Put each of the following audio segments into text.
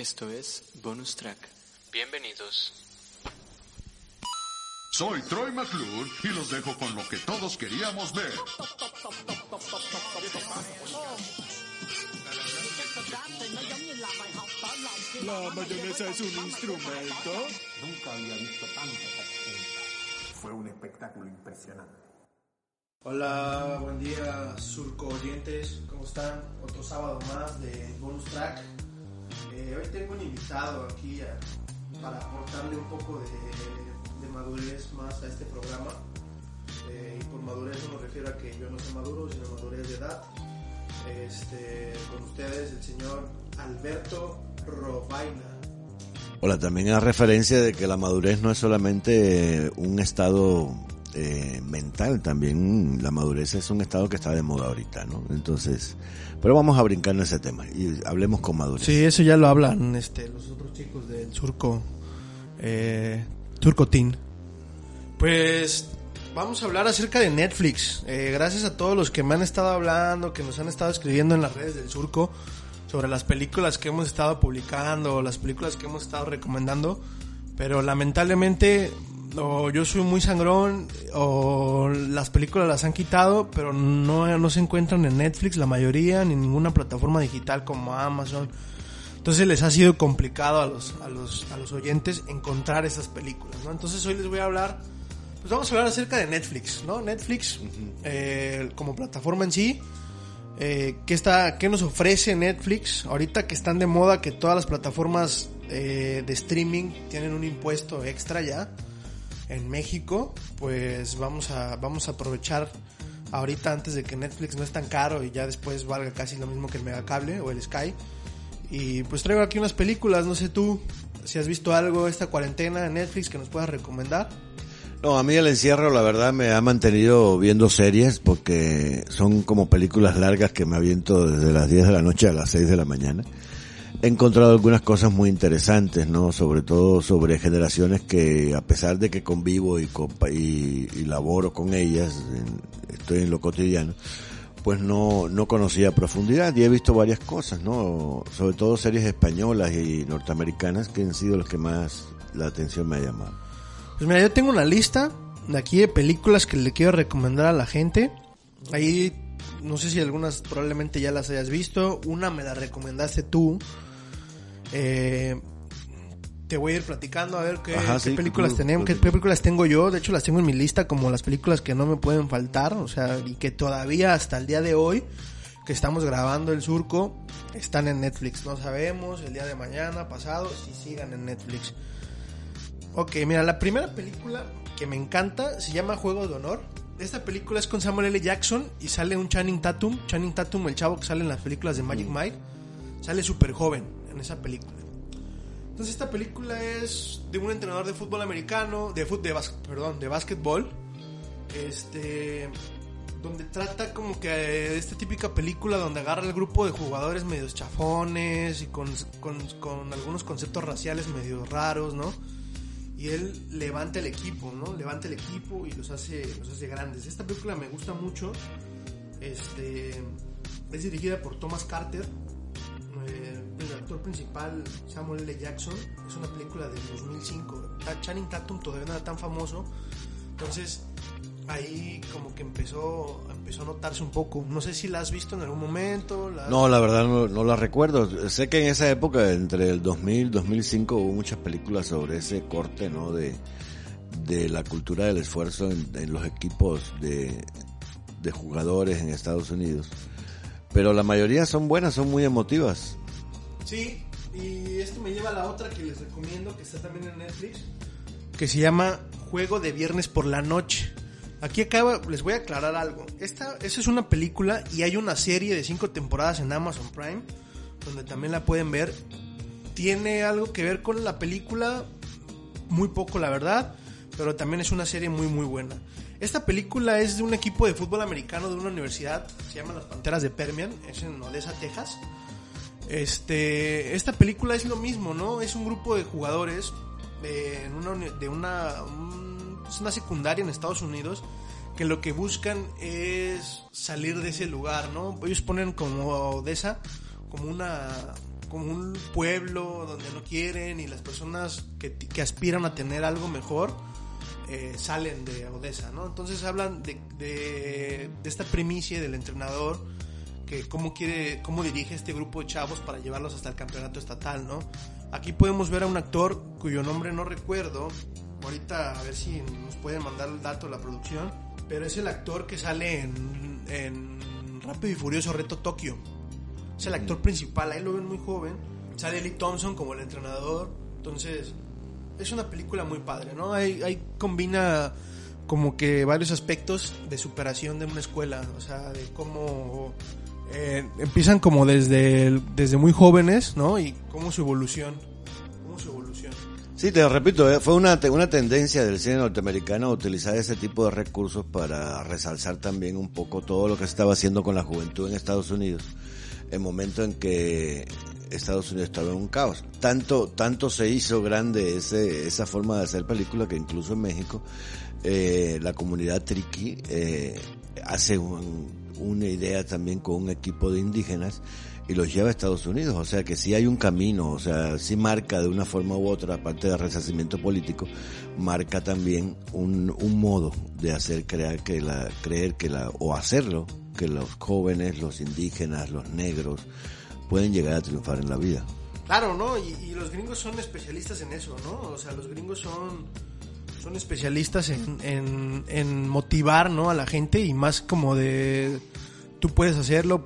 Esto es Bonus Track. Bienvenidos. Soy Troy McClure y los dejo con lo que todos queríamos ver. La mayonesa es un instrumento. Nunca había visto tanta gente. Fue un espectáculo impresionante. Hola, buen día, surco oyentes, ¿cómo están? Otro sábado más de Bonus Track. Hoy tengo un invitado aquí para aportarle un poco de madurez más a este programa. Y por madurez no me refiero a que yo no soy maduro, sino madurez de edad. Con ustedes el señor Alberto Robaina. Hola, también a referencia de que la madurez no es solamente un estado mental, también la madurez es un estado que está de moda ahorita, ¿no? Entonces, pero vamos a brincar en ese tema y hablemos con madurez. Sí, eso ya lo hablan los otros chicos del Surco, Surco Teen. Pues vamos a hablar acerca de Netflix. Gracias a todos los que me han estado hablando, que nos han estado escribiendo en las redes del Surco sobre las películas que hemos estado publicando, las películas que hemos estado recomendando, pero lamentablemente yo soy muy sangrón, o las películas las han quitado, pero no se encuentran en Netflix la mayoría, ni en ninguna plataforma digital como Amazon. Entonces les ha sido complicado a los oyentes encontrar esas películas, ¿no? Entonces hoy les voy a hablar, pues vamos a hablar acerca de Netflix, ¿no? Netflix como plataforma en sí. ¿Qué nos ofrece Netflix? Ahorita que están de moda que todas las plataformas de streaming tienen un impuesto extra ya en México, pues vamos a aprovechar ahorita antes de que Netflix no es tan caro y ya después valga casi lo mismo que el Megacable o el Sky. Y pues traigo aquí unas películas, no sé tú si has visto algo esta cuarentena en Netflix que nos puedas recomendar. No, a mí el encierro la verdad me ha mantenido viendo series porque son como películas largas que me aviento desde las 10 de la noche a las 6 de la mañana. He encontrado algunas cosas muy interesantes, ¿no? Sobre todo sobre generaciones que a pesar de que convivo y laboro con ellas, estoy en lo cotidiano, pues no conocía a profundidad y he visto varias cosas, ¿no? Sobre todo series españolas y norteamericanas que han sido las que más la atención me ha llamado. Pues mira, yo tengo una lista de aquí de películas que le quiero recomendar a la gente. Ahí, no sé si algunas probablemente ya las hayas visto. Una me la recomendaste tú. Te voy a ir platicando a ver qué películas tenemos, qué películas tengo yo. De hecho, las tengo en mi lista como las películas que no me pueden faltar. O sea, y que todavía hasta el día de hoy, que estamos grabando el Surco, están en Netflix. No sabemos el día de mañana, pasado, si sigan en Netflix. Ok, mira, la primera película que me encanta se llama Juego de Honor. Esta película es con Samuel L. Jackson y sale un Channing Tatum, el chavo que sale en las películas de Magic Mike, sale súper joven en esa película. Entonces esta película es de un entrenador de fútbol americano, de básquetbol, donde trata como que de esta típica película donde agarra el grupo de jugadores medio chafones y con algunos conceptos raciales medio raros, ¿no? Y él levanta el equipo, ¿no? Levanta el equipo y los hace grandes. Esta película me gusta mucho. Es dirigida por Thomas Carter. El actor principal, Samuel L. Jackson. Es una película del 2005. Channing Tatum todavía no era tan famoso. Entonces, ahí como que empezó a notarse un poco. No sé si la has visto en algún momento. No, la verdad no la recuerdo. Sé que en esa época, entre el 2000 y 2005, hubo muchas películas sobre ese corte, ¿no? De la cultura del esfuerzo en los equipos de jugadores en Estados Unidos. Pero la mayoría son buenas, son muy emotivas. Sí, y esto me lleva a la otra que les recomiendo, que está también en Netflix, que se llama Juego de Viernes por la Noche. Aquí les voy a aclarar algo. Esa es una película y hay una serie de 5 temporadas en Amazon Prime, donde también la pueden ver. Tiene algo que ver con la película, muy poco la verdad, pero también es una serie muy muy buena. Esta película es de un equipo de fútbol americano de una universidad, se llama Las Panteras de Permian, es en Odessa, Texas. Esta película es lo mismo, ¿no? Es un grupo de jugadores de una secundaria en Estados Unidos que lo que buscan es salir de ese lugar, ¿no? Ellos ponen como Odessa como como un pueblo donde no quieren, y las personas que aspiran a tener algo mejor salen de Odessa, ¿no? Entonces hablan de esta primicia del entrenador, que cómo dirige este grupo de chavos para llevarlos hasta el campeonato estatal, ¿no? Aquí podemos ver a un actor cuyo nombre no recuerdo, ahorita a ver si nos pueden mandar el dato de la producción, pero es el actor que sale en Rápido y Furioso Reto Tokio. Es el actor principal, ahí lo ven muy joven. Sale Lee Thompson como el entrenador. Entonces es una película muy padre, ¿no? Ahí combina como que varios aspectos de superación de una escuela, o sea, de cómo empiezan como desde muy jóvenes, ¿no? Y cómo su evolución. Sí, te lo repito, fue una tendencia del cine norteamericano a utilizar ese tipo de recursos para resalzar también un poco todo lo que se estaba haciendo con la juventud en Estados Unidos, en momento en que Estados Unidos estaba en un caos. Tanto se hizo grande esa forma de hacer película que incluso en México la comunidad triqui hace una idea también con un equipo de indígenas y los lleva a Estados Unidos. O sea que sí hay un camino, o sea, sí marca de una forma u otra, aparte del resarcimiento político, marca también un modo de hacer creer que los jóvenes, los indígenas, los negros pueden llegar a triunfar en la vida. Claro, ¿no? Y los gringos son especialistas en eso, ¿no? O sea, los gringos son especialistas en motivar, ¿no? A la gente, y más como de tú puedes hacerlo.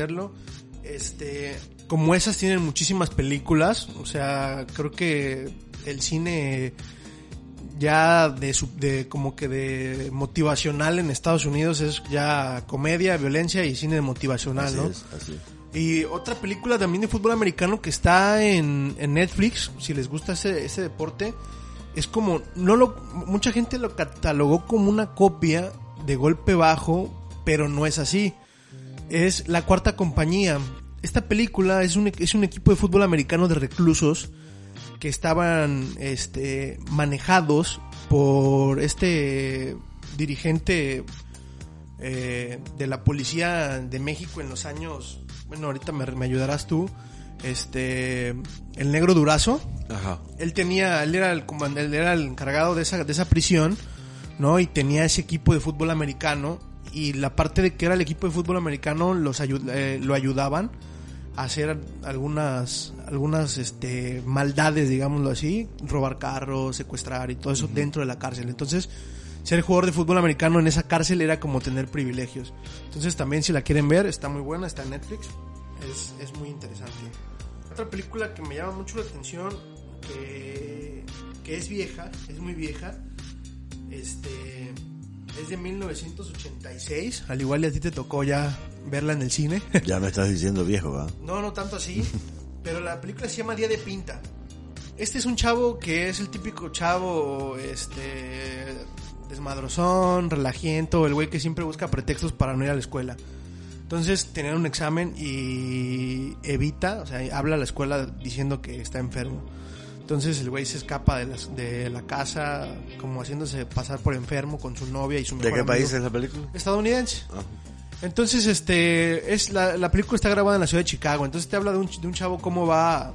Como esas tienen muchísimas películas, o sea, creo que el cine ya de motivacional en Estados Unidos es ya comedia, violencia y cine motivacional, así, ¿no? Así es. Y otra película también de fútbol americano que está en Netflix, si les gusta ese deporte, es como mucha gente lo catalogó como una copia de Golpe Bajo, pero no es así. Es La Cuarta Compañía. Esta película es un equipo de fútbol americano de reclusos que estaban manejados por este dirigente de la policía de México en los años, bueno, ahorita me ayudarás tú, el Negro Durazo. Ajá. Él era el encargado de esa prisión, ¿no? Y tenía ese equipo de fútbol americano, y la parte de que era el equipo de fútbol americano lo ayudaban a hacer algunas maldades, digámoslo así, robar carros, secuestrar y todo eso dentro de la cárcel. Entonces, ser jugador de fútbol americano en esa cárcel era como tener privilegios. Entonces también, si la quieren ver, está muy buena, está en Netflix, es muy interesante. Otra película que me llama mucho la atención, que es vieja, es muy vieja, es de 1986, al igual y a ti te tocó ya verla en el cine. Ya me estás diciendo viejo, ¿verdad? No tanto así, pero la película se llama Día de Pinta. Este es un chavo que es el típico chavo, desmadrozón, relajiento, el güey que siempre busca pretextos para no ir a la escuela. Entonces tenía un examen y evita, o sea, habla a la escuela diciendo que está enfermo. Entonces el güey se escapa de la casa, como haciéndose pasar por enfermo con su novia y su mejor amigo. ¿De qué país es la película? Estadounidense. Entonces la película está grabada en la ciudad de Chicago. Entonces te habla de un chavo cómo va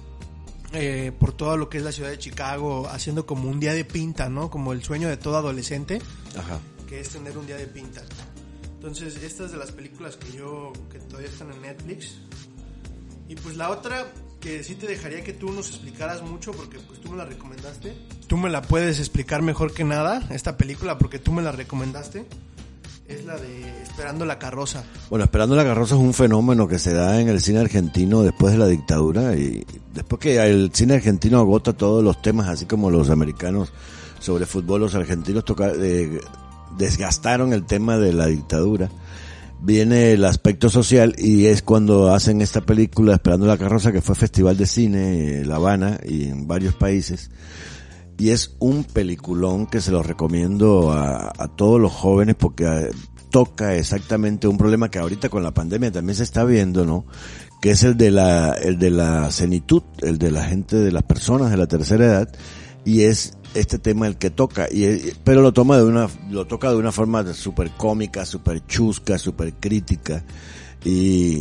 por todo lo que es la ciudad de Chicago, haciendo como un día de pinta, ¿no? Como el sueño de todo adolescente. Ajá. Que es tener un día de pinta. Entonces esta es de las películas que todavía están en Netflix. Y pues la otra, que sí te dejaría que tú nos explicaras mucho, porque pues tú me la recomendaste. Tú me la puedes explicar mejor que nada, esta película, porque tú me la recomendaste. Es la de Esperando la Carroza. Bueno, Esperando la Carroza es un fenómeno que se da en el cine argentino después de la dictadura, y después que el cine argentino agota todos los temas, así como los americanos sobre fútbol, los argentinos desgastaron el tema de la dictadura. Viene el aspecto social, y es cuando hacen esta película Esperando la Carroza, que fue Festival de Cine en La Habana y en varios países, y es un peliculón que se lo recomiendo a todos los jóvenes, porque toca exactamente un problema que ahorita con la pandemia también se está viendo, ¿no? Que es el de la senitud, el de la gente, de las personas de la tercera edad, y es este tema el que toca, pero lo toca de una forma súper cómica, súper chusca, súper crítica, y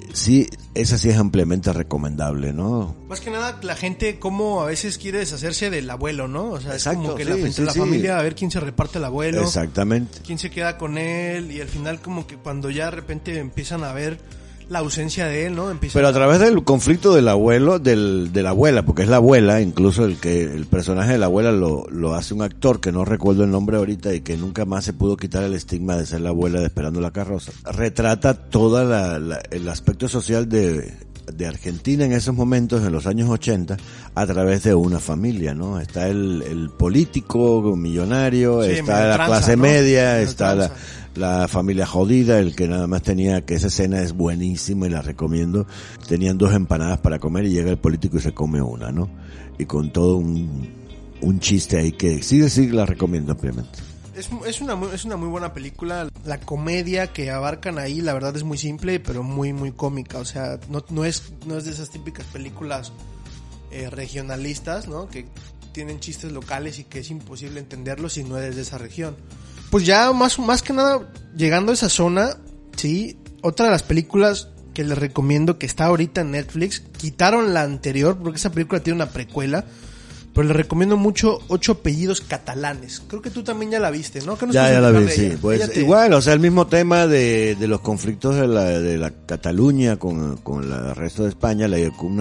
sí, esa sí es ampliamente recomendable, ¿no? Más que nada, la gente como a veces quiere deshacerse del abuelo, ¿no? O sea, Exacto, es como que sí, la sí. familia, a ver quién se reparte el abuelo. Exactamente. Quién se queda con él, y al final como que cuando ya de repente empiezan a ver la ausencia de él, ¿no? Pero a través del conflicto del abuelo, de la abuela, porque es la abuela, incluso el personaje de la abuela lo hace un actor que no recuerdo el nombre ahorita y que nunca más se pudo quitar el estigma de ser la abuela de Esperando la Carroza. Retrata todo el aspecto social de Argentina en esos momentos, en los años 80, a través de una familia, ¿no? Está el político millonario, sí, está la clase media, está la familia jodida, el que nada más tenía, que esa escena es buenísima y la recomiendo, tenían 2 empanadas para comer y llega el político y se come una, ¿no? Y con todo un chiste ahí que sí la recomiendo ampliamente. Es una muy buena película. La comedia que abarcan ahí, la verdad es muy simple, pero muy muy cómica. O sea, no es de esas típicas películas regionalistas, ¿no? Que tienen chistes locales y que es imposible entenderlos si no eres de esa región. Pues ya más que nada, llegando a esa zona, sí, otra de las películas que les recomiendo, que está ahorita en Netflix, quitaron la anterior porque esa película tiene una precuela, pero les recomiendo mucho 8 apellidos catalanes. Creo que tú también ya la viste, ¿no? Ya la vi, sí. Pues igual, o sea, el mismo tema de los conflictos de la Cataluña con el resto de España,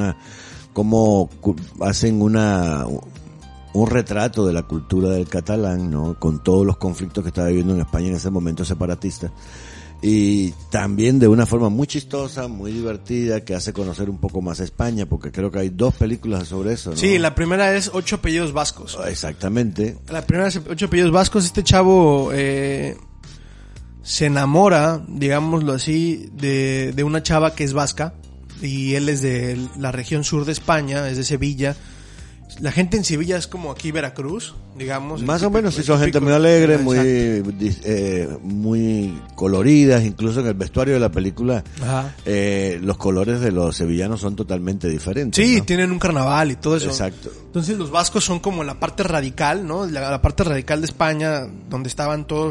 cómo hacen un retrato de la cultura del catalán, ¿no? Con todos los conflictos que estaba viviendo en España en ese momento separatista. Y también de una forma muy chistosa, muy divertida, que hace conocer un poco más a España, porque creo que hay 2 películas sobre eso, ¿no? Sí, la primera es 8 apellidos vascos. Exactamente. La primera es 8 apellidos vascos. Este chavo se enamora, digámoslo así, de una chava que es vasca, y él es de la región sur de España, es de Sevilla. La gente en Sevilla es como aquí Veracruz, digamos. Más o menos, sí, son gente muy alegre, muy coloridas, incluso en el vestuario de la película, los colores de los sevillanos son totalmente diferentes. Sí, ¿no? Tienen un carnaval y todo eso. Exacto. Entonces los vascos son como la parte radical, ¿no? La parte radical de España, donde estaban todos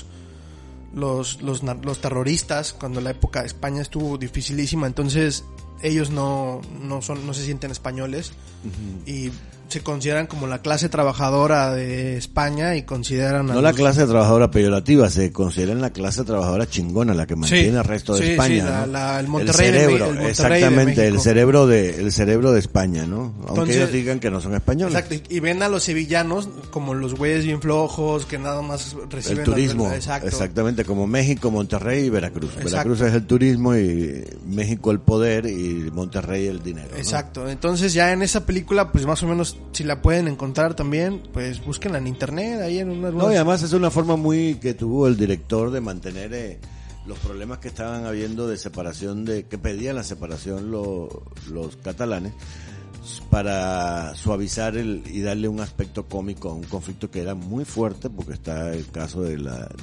los terroristas, cuando la época de España estuvo dificilísima. Entonces ellos no se sienten españoles, y se consideran como la clase trabajadora de España, y consideran no la clase trabajadora peyorativa, se consideran la clase trabajadora chingona, la que mantiene al resto de España, ¿no? El Monterrey, el cerebro, el Monterrey exactamente, el cerebro de España, ¿no? Aunque entonces, ellos digan que no son españoles. Exacto, y ven a los sevillanos como los güeyes bien flojos, que nada más reciben el turismo, exactamente, como México, Monterrey y Veracruz. Exacto. Veracruz es el turismo, y México el poder, y Monterrey el dinero, ¿no? Exacto. Entonces ya en esa película, pues más o menos, si la pueden encontrar también, pues búsquenla en internet, ahí en unas... No, y además es una forma muy que tuvo el director de mantener los problemas que estaban habiendo de separación, que pedían la separación los catalanes, para suavizar y darle un aspecto cómico a un conflicto que era muy fuerte, porque está el caso de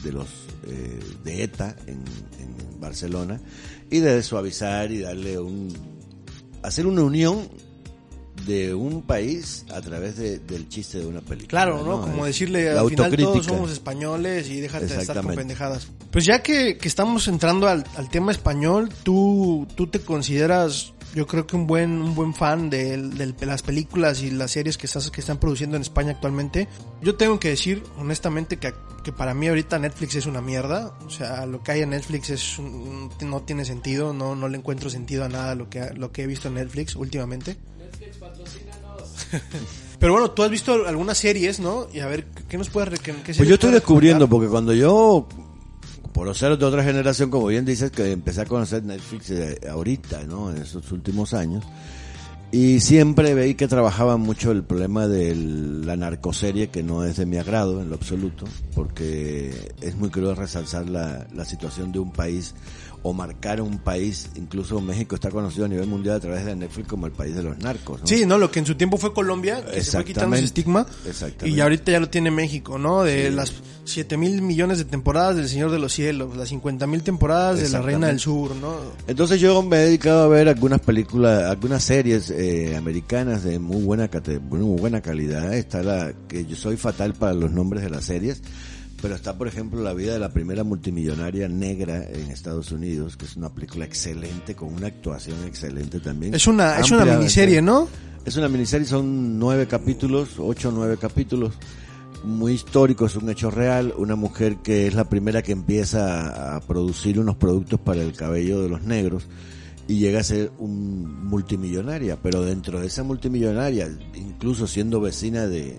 ETA en Barcelona, y de suavizar y darle hacer una unión de un país a través del chiste de una película. Claro, ¿no? Como decirle, al final todos somos españoles y déjate de estar con pendejadas. Pues ya que estamos entrando al tema español, tú te consideras, yo creo que un buen fan de las películas y las series que están produciendo en España actualmente. Yo tengo que decir, honestamente, que para mí ahorita Netflix es una mierda. O sea, lo que hay en Netflix no tiene sentido, no le encuentro sentido a nada lo que he visto en Netflix últimamente. Netflix, patrocínanos. Pero bueno, tú has visto algunas series, ¿no? Y a ver, ¿qué nos puedes Pues yo estoy descubriendo, porque cuando yo, por ser de otra generación, como bien dices, que empecé a conocer Netflix ahorita, ¿no? En esos últimos años. Y siempre veí que trabajaban mucho el problema de la narcoserie, que no es de mi agrado en lo absoluto, porque es muy cruel resaltar la situación de un país, o marcar un país. Incluso México está conocido a nivel mundial a través de Netflix como el país de los narcos, ¿no? Sí, ¿no? Lo que en su tiempo fue Colombia, que se fue quitando ese estigma, y ahorita ya lo tiene México, ¿no? De las 7,000 millones de temporadas del Señor de los Cielos, las 50,000 temporadas de La Reina del Sur, ¿no? Entonces yo me he dedicado a ver algunas películas, algunas series americanas de muy buena calidad. Está que yo soy fatal para los nombres de las series, pero está, por ejemplo, La vida de la primera multimillonaria negra en Estados Unidos, que es una película excelente, con una actuación excelente también. Es una miniserie, ¿no? Es una miniserie, son 9 capítulos, 8 o 9 capítulos, muy histórico, es un hecho real, una mujer que es la primera que empieza a producir unos productos para el cabello de los negros, y llega a ser un multimillonaria, pero dentro de esa multimillonaria, incluso siendo vecina de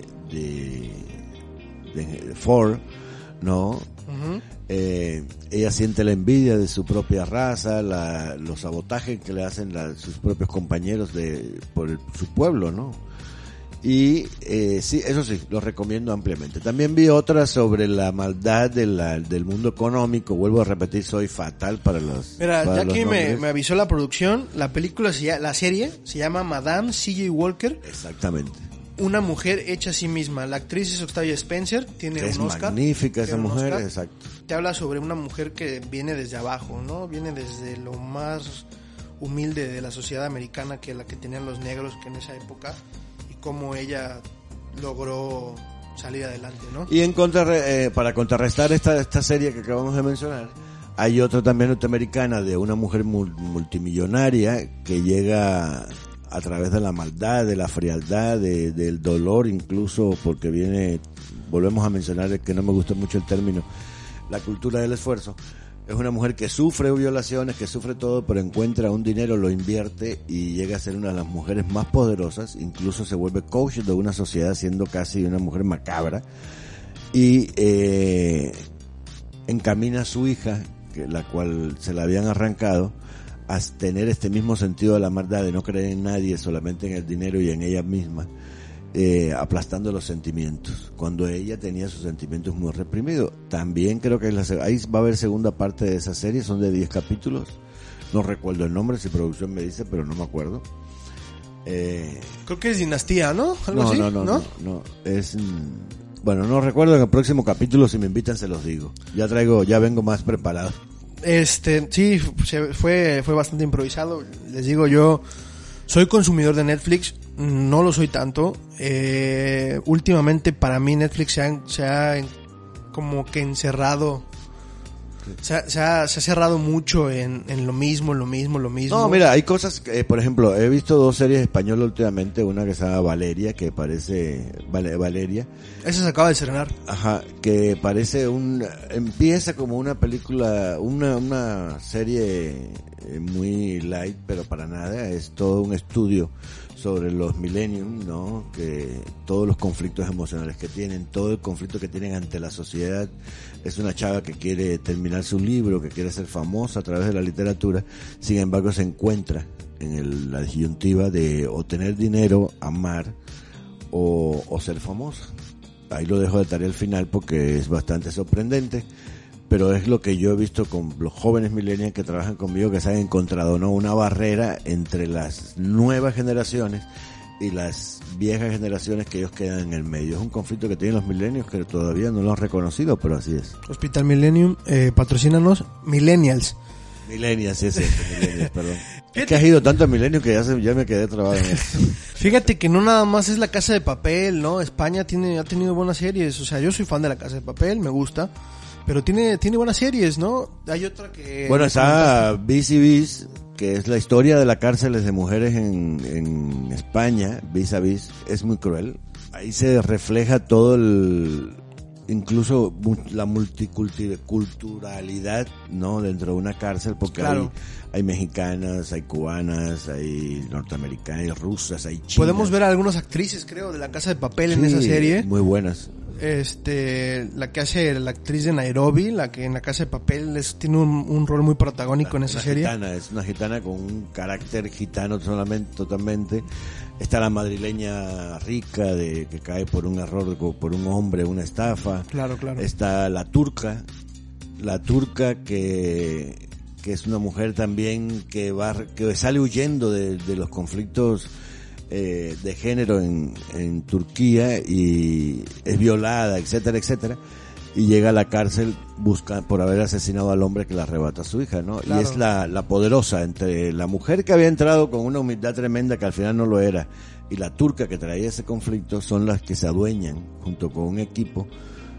Ford, ¿no? Uh-huh. Ella siente la envidia de su propia raza, los sabotajes que le hacen sus propios compañeros por su pueblo, ¿no? Y sí, eso sí, lo recomiendo ampliamente. También vi otra sobre la maldad del mundo económico. Vuelvo a repetir, soy fatal para los. Mira, para ya los que nombres. me avisó la producción, la serie se llama Madame C.J. Walker. Exactamente. Una mujer hecha a sí misma. La actriz es Octavia Spencer, tiene Es un Oscar. magnífica esa mujer, Oscar. exacto. Te habla sobre una mujer que viene desde abajo, ¿no? Viene desde lo más humilde de la sociedad americana, que la que tenían los negros que en esa época, y cómo ella logró salir adelante, ¿no? Y para contrarrestar esta serie que acabamos de mencionar, hay otra también norteamericana de una mujer multimillonaria que llega a través de la maldad, de la frialdad, del dolor, incluso porque volvemos a mencionar que no me gusta mucho el término, la cultura del esfuerzo. Es una mujer que sufre violaciones, que sufre todo, pero encuentra un dinero, lo invierte y llega a ser una de las mujeres más poderosas. Incluso se vuelve coach de una sociedad, siendo casi una mujer macabra. Y encamina a su hija, la cual se la habían arrancado, a tener este mismo sentido de la maldad, de no creer en nadie, solamente en el dinero y en ella misma, aplastando los sentimientos, cuando ella tenía sus sentimientos muy reprimidos. También creo que ahí va a haber segunda parte de esa serie, son de 10 capítulos, no recuerdo el nombre, si producción me dice, pero no me acuerdo. Creo que es Dinastía, ¿no? ¿Algo así? No, es... Bueno, no recuerdo, en el próximo capítulo, si me invitan, se los digo. Ya vengo más preparado. Sí, fue bastante improvisado. Les digo, yo soy consumidor de Netflix, no lo soy tanto. Últimamente para mí Netflix se ha como que encerrado. Se ha cerrado mucho en lo mismo. No, mira, hay cosas que, por ejemplo, he visto 2 series españolas últimamente, una que se llama Valeria, que parece Valeria. Esa se acaba de estrenar. Ajá, que parece empieza como una película, una serie muy light, pero para nada, es todo un estudio sobre los millennium, ¿no? Que todos los conflictos emocionales que tienen, todo el conflicto que tienen ante la sociedad. Es una chava que quiere terminar su libro, que quiere ser famosa a través de la literatura, sin embargo se encuentra en la disyuntiva de o tener dinero, amar o ser famosa. Ahí lo dejo de tarea al final porque es bastante sorprendente, pero es lo que yo he visto con los jóvenes millennials que trabajan conmigo, que se han encontrado, ¿no? Una barrera entre las nuevas generaciones y las viejas generaciones, que ellos quedan en el medio. Es un conflicto que tienen los millennials que todavía no lo han reconocido, pero así es. Hospital Millennium, patrocínanos. Millennials, sí es cierto, millennials, perdón. Es que has ido tanto a millennials que ya me quedé trabado en eso. Fíjate que no nada más es La Casa de Papel, ¿no? España ha tenido buenas series. O sea, yo soy fan de La Casa de Papel, me gusta, pero tiene buenas series, ¿no? Hay otra que... Bueno, está Vis y Vis, que es la historia de las cárceles de mujeres en España. Vis a Vis es muy cruel. Ahí se refleja todo incluso la multiculturalidad, ¿no? Dentro de una cárcel, porque claro, hay mexicanas, hay cubanas, hay norteamericanas, hay rusas, hay chinas. Podemos ver a algunas actrices, creo, de La Casa de Papel en esa serie. Muy buenas. La que hace la actriz de Nairobi, la que en La Casa de Papel tiene un rol muy protagónico en esa serie. Es una gitana con un carácter gitano totalmente. Está la madrileña rica que cae por un error, por un hombre, una estafa. Claro. Está la turca que es una mujer también que sale huyendo de los conflictos de género en Turquía, y es violada, etcétera, y llega a la cárcel por haber asesinado al hombre que le arrebata a su hija, ¿no? Claro. Y es la poderosa entre la mujer que había entrado con una humildad tremenda, que al final no lo era, y la turca que traía ese conflicto, son las que se adueñan junto con un equipo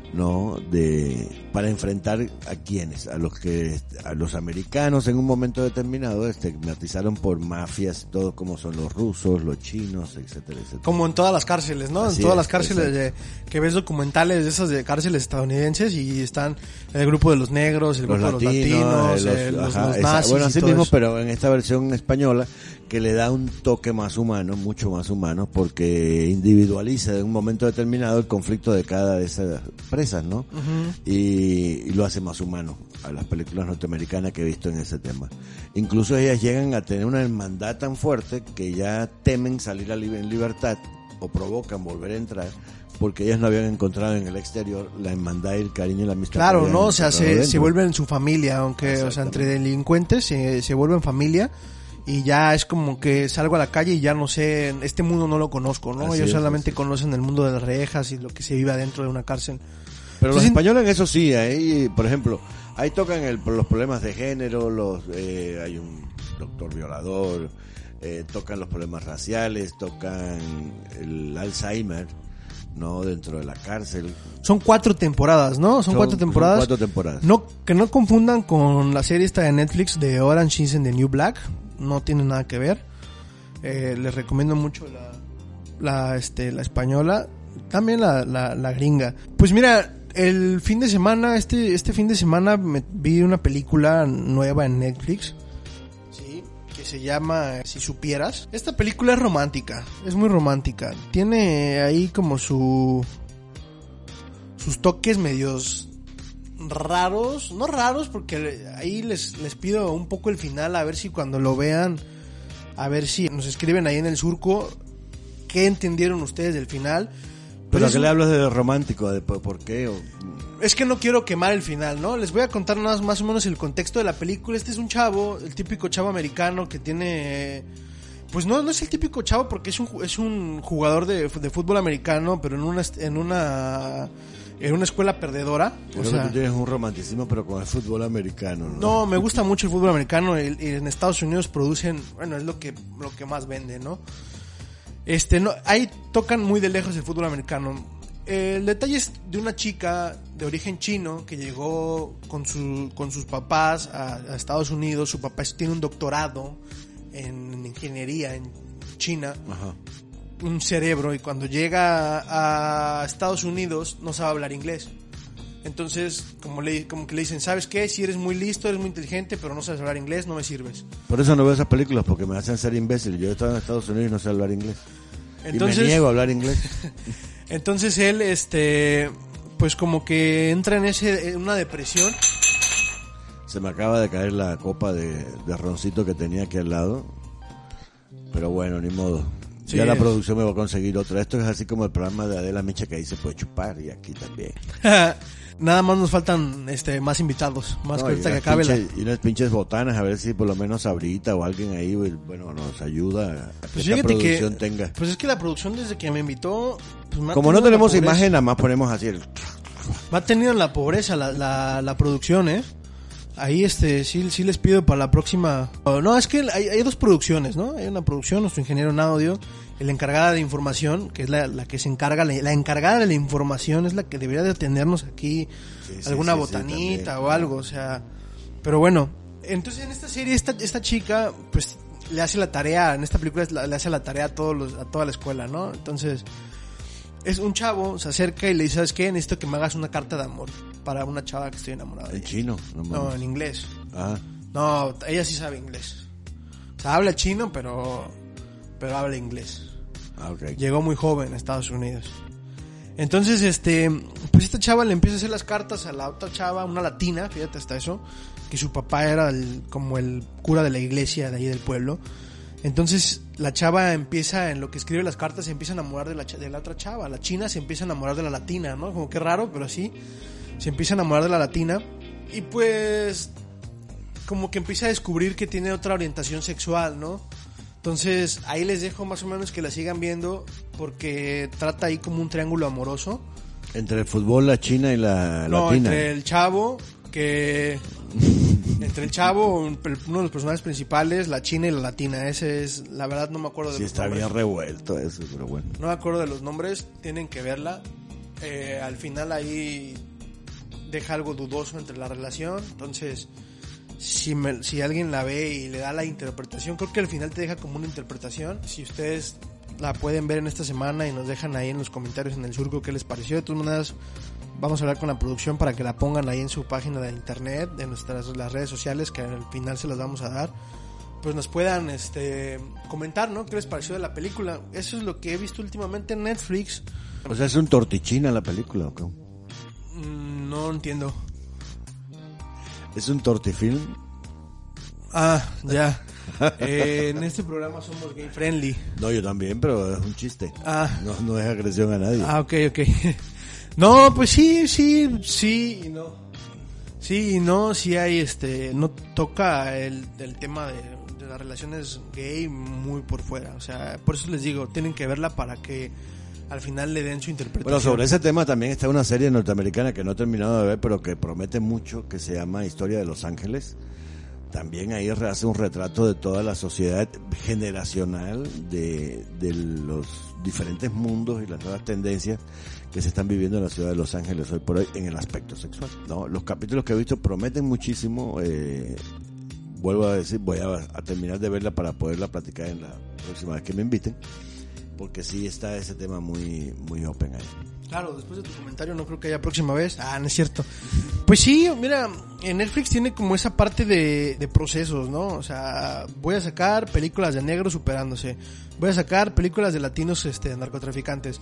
¿no? Para enfrentar a quienes, a los americanos en un momento determinado estigmatizaron por mafias, todo como son los rusos, los chinos, etcétera, etcétera. Como en todas las cárceles, ¿no? Así en todas es, las cárceles que ves documentales de esas de cárceles estadounidenses y están el grupo de los negros, el grupo de los latinos, los nazis. Bueno, así y todo mismo, eso. pero en esta versión española que le da un toque más humano, mucho más humano, porque individualiza en un momento determinado el conflicto de cada de esas presas, ¿no? Uh-huh. Y lo hace más humano a las películas norteamericanas que he visto en ese tema. Incluso ellas llegan a tener una hermandad tan fuerte que ya temen salir en libertad o provocan volver a entrar porque ellas no habían encontrado en el exterior la hermandad y el cariño y la amistad. Claro, ¿no? O sea, se vuelven su familia, aunque, o sea, entre delincuentes se vuelven familia. Y ya es como que salgo a la calle y ya no sé, este mundo no lo conozco, ¿no? Ellos solamente conocen el mundo de las rejas y lo que se vive adentro de una cárcel. Pero entonces, los españoles en eso sí, ahí, por ejemplo, ahí tocan los problemas de género, hay un doctor violador, tocan los problemas raciales, tocan el Alzheimer, ¿no? Dentro de la cárcel. Son 4 temporadas, ¿no? Son 4 temporadas. Son 4 temporadas. No, que no confundan con la serie esta de Netflix de Orange is the New Black. No tiene nada que ver. Les recomiendo mucho la española, también la gringa. Pues mira, el fin de semana, este fin de semana me vi una película nueva en Netflix, sí, que se llama Si Supieras. Esta película es romántica, es muy romántica. Tiene ahí como sus toques medios raros, no raros, porque ahí les pido un poco el final, a ver si cuando lo vean, a ver si nos escriben ahí en el surco qué entendieron ustedes del final. Pero ¿qué le hablas de romántico? ¿De por qué? Es que no quiero quemar el final, ¿no? Les voy a contar más o menos el contexto de la película. Este es un chavo, el típico chavo americano que tiene... Pues no es el típico chavo porque es un jugador de fútbol americano, pero en una escuela perdedora. Creo que tú tienes un romanticismo, pero con el fútbol americano, ¿no? No, me gusta mucho el fútbol americano y en Estados Unidos producen, bueno, es lo que más vende, ¿no? Ahí tocan muy de lejos el fútbol americano. El detalle es de una chica de origen chino que llegó con sus papás a Estados Unidos. Su papá tiene un doctorado en ingeniería en China. Ajá. Un cerebro, y cuando llega a Estados Unidos no sabe hablar inglés. Entonces como que le dicen, ¿sabes qué? Si eres muy listo, eres muy inteligente, pero no sabes hablar inglés, no me sirves. Por eso no veo esas películas, porque me hacen ser imbécil. Yo he estado en Estados Unidos y no sé hablar inglés. Entonces, y me niego a hablar inglés. Entonces él, pues como que entra en una depresión. Se me acaba de caer la copa de roncito que tenía aquí al lado. Pero bueno, ni modo. Sí, ya la producción me va a conseguir otra. Esto es así como el programa de Adela Micha, que ahí se puede chupar, y aquí también. Nada más nos faltan más invitados, más que ahorita que acabe y unas pinches botanas, a ver si por lo menos Sabrita o alguien ahí, bueno, nos ayuda a que esta producción tenga. Pues es que la producción desde que me invitó, pues como no tenemos imagen, nada más ponemos así me ha tenido en la pobreza la producción, Ahí sí les pido para la próxima. No, es que hay 2 producciones, ¿no? Hay una producción, nuestro ingeniero en audio, la encargada de información, que es la que se encarga, la encargada de la información es la que debería de atendernos aquí, alguna botanita o algo, o sea, pero bueno. Entonces en esta serie esta chica pues le hace la tarea, en esta película le hace la tarea a toda la escuela, ¿no? Entonces es un chavo, se acerca y le dice, ¿sabes qué? Necesito que me hagas una carta de amor para una chava que estoy enamorada de. ¿En chino? No, en inglés. Ah. No, ella sí sabe inglés. O sea, habla chino, pero habla inglés. Ah, okay. Llegó muy joven a Estados Unidos. Entonces, pues esta chava le empieza a hacer las cartas a la otra chava, una latina, fíjate hasta eso, que su papá era como el cura de la iglesia de ahí del pueblo. Entonces la chava empieza, en lo que escribe las cartas, se empieza a enamorar de la otra chava. La china se empieza a enamorar de la latina, ¿no? Como que raro, pero sí. Se empieza a enamorar de la latina. Y pues como que empieza a descubrir que tiene otra orientación sexual, ¿no? Entonces ahí les dejo más o menos que la sigan viendo, porque trata ahí como un triángulo amoroso. ¿Entre el fútbol, la china y la no, latina? Entre el chavo, uno de los personajes principales, la china y la latina. Ese es, la verdad no me acuerdo de los nombres. Sí, está bien revuelto eso, pero bueno. No me acuerdo de los nombres, tienen que verla. al final ahí deja algo dudoso entre la relación. Entonces, si alguien la ve y le da la interpretación, creo que al final te deja como una interpretación. Si ustedes la pueden ver en esta semana y nos dejan ahí en los comentarios en el surco qué les pareció. De todas maneras, vamos a hablar con la producción para que la pongan ahí en su página de internet, en las redes sociales, que al final se las vamos a dar. Pues nos puedan comentar, ¿no? ¿Qué les pareció de la película? Eso es lo que he visto últimamente en Netflix. O sea, ¿es un tortichina la película o qué? No entiendo. ¿Es un tortifilm? Ah, ya. En este programa somos gay friendly. No, yo también, pero es un chiste. No es agresión a nadie. Ok. No, pues sí y no. Sí y no, sí hay no toca el tema de las relaciones gay muy por fuera. O sea, por eso les digo, tienen que verla para que al final le den su interpretación. Bueno, sobre ese tema también está una serie norteamericana que no he terminado de ver, pero que promete mucho, que se llama Historia de Los Ángeles. También ahí hace un retrato de toda la sociedad generacional de los diferentes mundos y las nuevas tendencias que se están viviendo en la ciudad de Los Ángeles hoy por hoy en el aspecto sexual, ¿no? Los capítulos que he visto prometen muchísimo. Vuelvo a decir, voy a terminar de verla para poderla platicar en la próxima vez que me inviten, porque sí está ese tema muy open ahí. Claro, después de tu comentario no creo que haya próxima vez. No es cierto. Pues sí, mira, en Netflix tiene como esa parte de procesos, ¿no? O sea, voy a sacar películas de negros superándose. Voy a sacar películas de latinos narcotraficantes.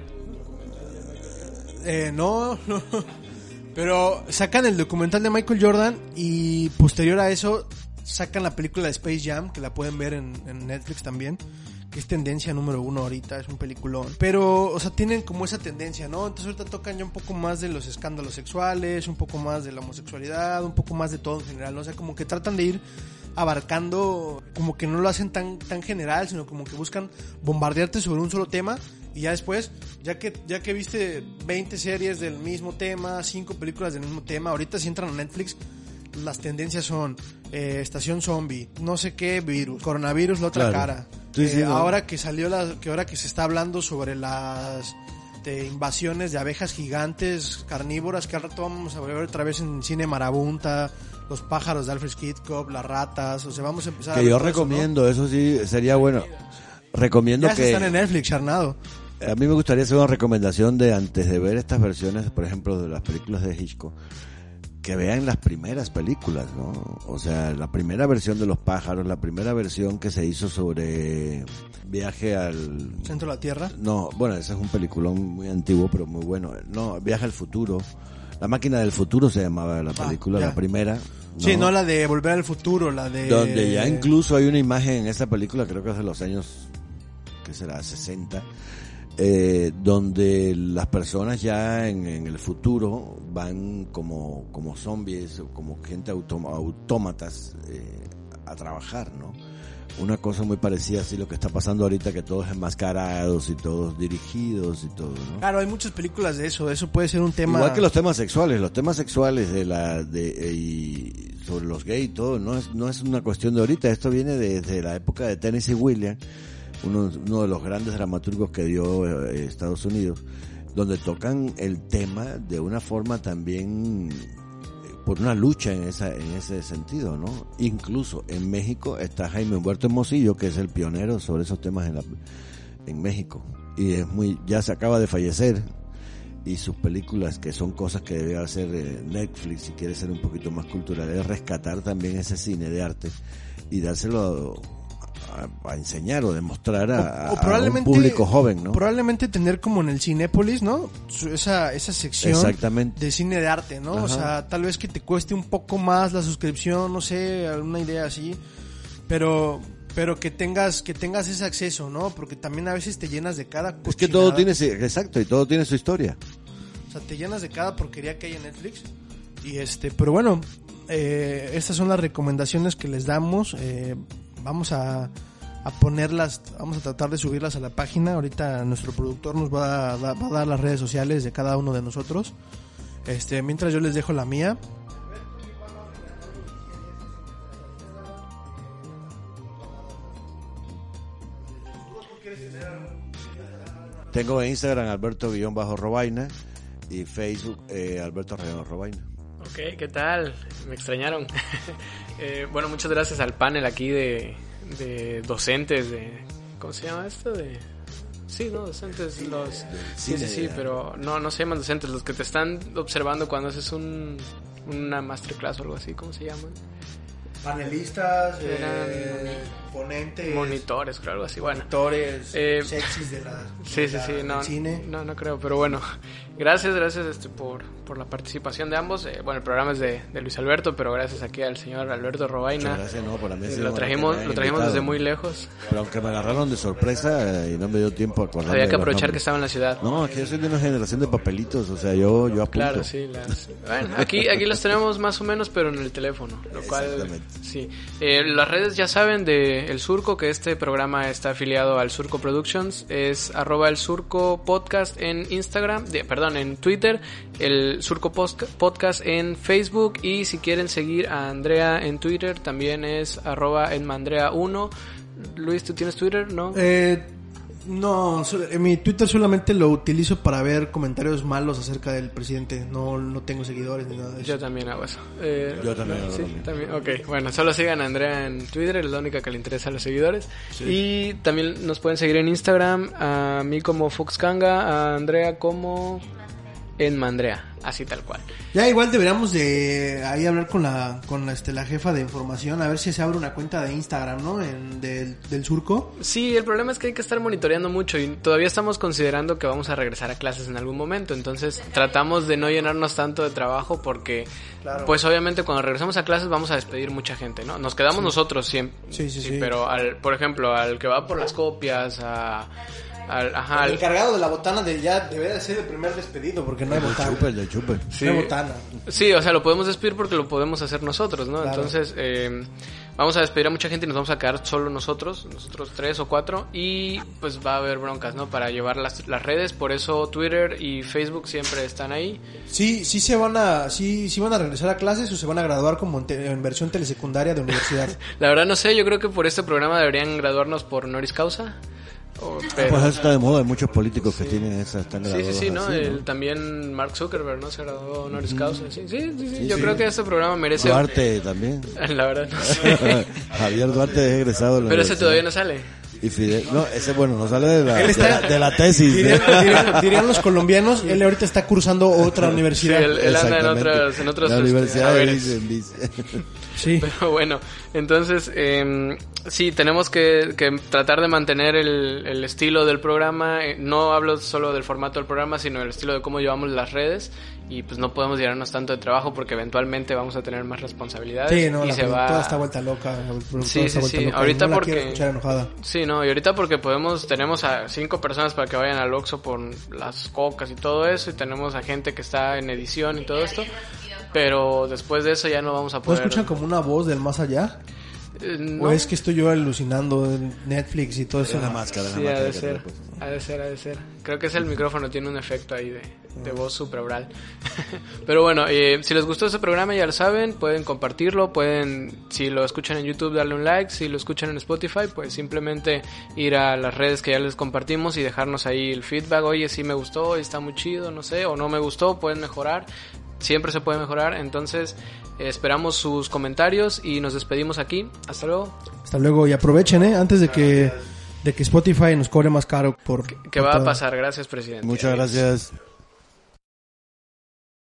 No. Pero sacan el documental de Michael Jordan y posterior a eso sacan la película de Space Jam, que la pueden ver en Netflix también, que es tendencia número 1 ahorita, es un peliculón. Pero, o sea, tienen como esa tendencia, ¿no? Entonces ahorita tocan ya un poco más de los escándalos sexuales, un poco más de la homosexualidad, un poco más de todo en general, ¿no? O sea, como que tratan de ir abarcando, como que no lo hacen tan general, sino como que buscan bombardearte sobre un solo tema. Y ya después, ya que viste 20 series del mismo tema, 5 películas del mismo tema, ahorita si entran a Netflix, las tendencias son Estación Zombie, no sé qué virus, coronavirus, la otra cara. Sí, ahora que salió ahora que se está hablando sobre las invasiones de abejas gigantes carnívoras, que al rato vamos a ver otra vez en cine marabunta, los pájaros de Alfred Hitchcock, las ratas, o sea, vamos a empezar que a ver yo recomiendo, eso sí sería bueno. Recomiendo ya que están en Netflix, Charnado. A mí me gustaría hacer una recomendación de antes de ver estas versiones, por ejemplo, de las películas de Hitchcock, que vean las primeras películas, ¿no? O sea, la primera versión de Los pájaros, la primera versión que se hizo sobre Viaje al Centro de la Tierra. No, bueno, ese es un peliculón muy antiguo, pero muy bueno. No, Viaje al futuro. La máquina del futuro se llamaba la película, la primera. ¿No? Sí, no la de Volver al futuro, la de... Donde ya incluso hay una imagen en esa película, creo que es de los años, ¿qué será? 60, donde las personas ya en el futuro van como zombies o como gente autómatas a trabajar, ¿no? Una cosa muy parecida así lo que está pasando ahorita, que todos enmascarados y todos dirigidos y todo, ¿no? Claro, hay muchas películas de eso puede ser un tema... Igual que los temas sexuales y sobre los gays y todo, no es una cuestión de ahorita, esto viene desde la época de Tennessee Williams, uno de los grandes dramaturgos que dio Estados Unidos, donde tocan el tema de una forma también por una lucha en ese sentido, ¿no? Incluso en México está Jaime Humberto Hermosillo, que es el pionero sobre esos temas en México, y ya se acaba de fallecer, y sus películas, que son cosas que debe hacer Netflix si quiere ser un poquito más cultural, es rescatar también ese cine de arte y dárselo a enseñar o demostrar a un público joven, ¿no? Probablemente tener como en el Cinépolis, ¿no? Esa sección exactamente de cine de arte, ¿no? Ajá. O sea, tal vez que te cueste un poco más la suscripción, no sé, alguna idea así, pero que tengas ese acceso, ¿no? Porque también a veces te llenas de cada cochinada. Es que todo tiene, exacto, y todo tiene su historia. O sea, te llenas de cada porquería que hay en Netflix. Y pero bueno, estas son las recomendaciones que les damos. Vamos a ponerlas, vamos a tratar de subirlas a la página. Ahorita nuestro productor nos va a dar las redes sociales de cada uno de nosotros. Mientras yo les dejo la mía. Tengo en Instagram Alberto_Robaina y Facebook Alberto Robaina. Ok, ¿qué tal? Me extrañaron. Bueno, muchas gracias al panel aquí de docentes de... ¿Cómo se llama esto? Sí, no, docentes, los... Sí, pero no se llaman docentes, los que te están observando cuando haces una masterclass o algo así, ¿cómo se llaman? Panelistas, ponentes, monitores, creo, algo así, bueno. Monitores sexys de la del cine. No creo, pero bueno, gracias por la participación de ambos. Bueno, el programa es de Luis Alberto, pero gracias aquí al señor Alberto Robaina. Muchas gracias, no, para mí lo trajimos desde muy lejos. Pero aunque me agarraron de sorpresa y no me dio tiempo a acordarme. Había que aprovechar que estaba en la ciudad. No, aquí yo soy de una generación de papelitos, o sea, yo apunto. Claro, sí. Bueno, aquí las tenemos más o menos, pero en el teléfono, lo cual... Sí. Las redes ya saben de El Surco, que este programa está afiliado al Surco Productions, es @El Surco Podcast en Instagram, en Twitter, El Surco Podcast en Facebook, y si quieren seguir a Andrea en Twitter también es @enmandrea1. Luis, ¿tú tienes Twitter? ¿No? No, mi Twitter solamente lo utilizo para ver comentarios malos acerca del presidente. No tengo seguidores ni nada de eso. Yo también hago eso. Yo también hago ¿sí? lo mismo. También. Ok, bueno, solo sigan a Andrea en Twitter, es la única que le interesa a los seguidores. Sí. Y también nos pueden seguir en Instagram, a mí como Foxkanga, a Andrea como Enmandrea, así tal cual. Ya igual deberíamos de ahí hablar con la jefa de información, a ver si se abre una cuenta de Instagram, ¿no? Del Surco. Sí, el problema es que hay que estar monitoreando mucho y todavía estamos considerando que vamos a regresar a clases en algún momento, entonces tratamos de no llenarnos tanto de trabajo porque, claro, pues obviamente cuando regresamos a clases vamos a despedir mucha gente, ¿no? Nos quedamos nosotros siempre, sí, pero por ejemplo, al que va por las copias, el encargado de la botana ya debería de ser el primer despedido porque no hay botana. El chupe. Sí. No hay botana. Sí, o sea, lo podemos despedir porque lo podemos hacer nosotros, ¿no? Claro. Entonces, vamos a despedir a mucha gente y nos vamos a quedar solo nosotros 3 o 4, y pues va a haber broncas, ¿no? Para llevar las redes, por eso Twitter y Facebook siempre están ahí. Sí van a regresar a clases o se van a graduar como en versión telesecundaria de universidad. La verdad no sé, yo creo que por este programa deberían graduarnos por honoris causa. Pues eso está de moda, hay muchos políticos que tienen esa, están graduados. Sí, ¿no? Así, ¿no? También Mark Zuckerberg, ¿no? Se graduó honoris causa. Sí. Yo creo que este programa merece... Duarte también. La verdad no sé. Javier Duarte es egresado de la Pero ese universidad. todavía no sale. Y Fidel, no, ese no sale de la tesis. Dirían los colombianos, él ahorita está cursando otra universidad. Sí, él anda en otros la universidad saberes. Sí. Pero bueno, entonces sí, tenemos que tratar de mantener el estilo del programa. No hablo solo del formato del programa, sino del estilo de cómo llevamos las redes. Y pues no podemos llenarnos tanto de trabajo porque eventualmente vamos a tener más responsabilidades. Sí, no, y toda está vuelta loca. Sí. Loca, ahorita no porque... la quiero escuchar enojada. Sí, no, y ahorita porque tenemos a 5 personas para que vayan al Oxxo por las cocas y todo eso. Y tenemos a gente que está en edición y todo esto. Pero después de eso ya no vamos a poder... ¿No escuchan como una voz del más allá? No. ¿O es que estoy yo alucinando en Netflix y todo eso? Una máscara. Sí, ha de ser. Creo que es el micrófono, tiene un efecto ahí de voz supraoral. Pero bueno, si les gustó este programa ya lo saben, pueden compartirlo, si lo escuchan en YouTube, darle un like, si lo escuchan en Spotify, pues simplemente ir a las redes que ya les compartimos y dejarnos ahí el feedback. Oye, sí me gustó, está muy chido, no sé, o no me gustó, pueden mejorar. Siempre se puede mejorar, entonces esperamos sus comentarios y nos despedimos aquí. Hasta luego. Hasta luego y aprovechen, antes de que Spotify nos cobre más caro por... ¿Qué va a pasar? Gracias, presidente. Muchas gracias.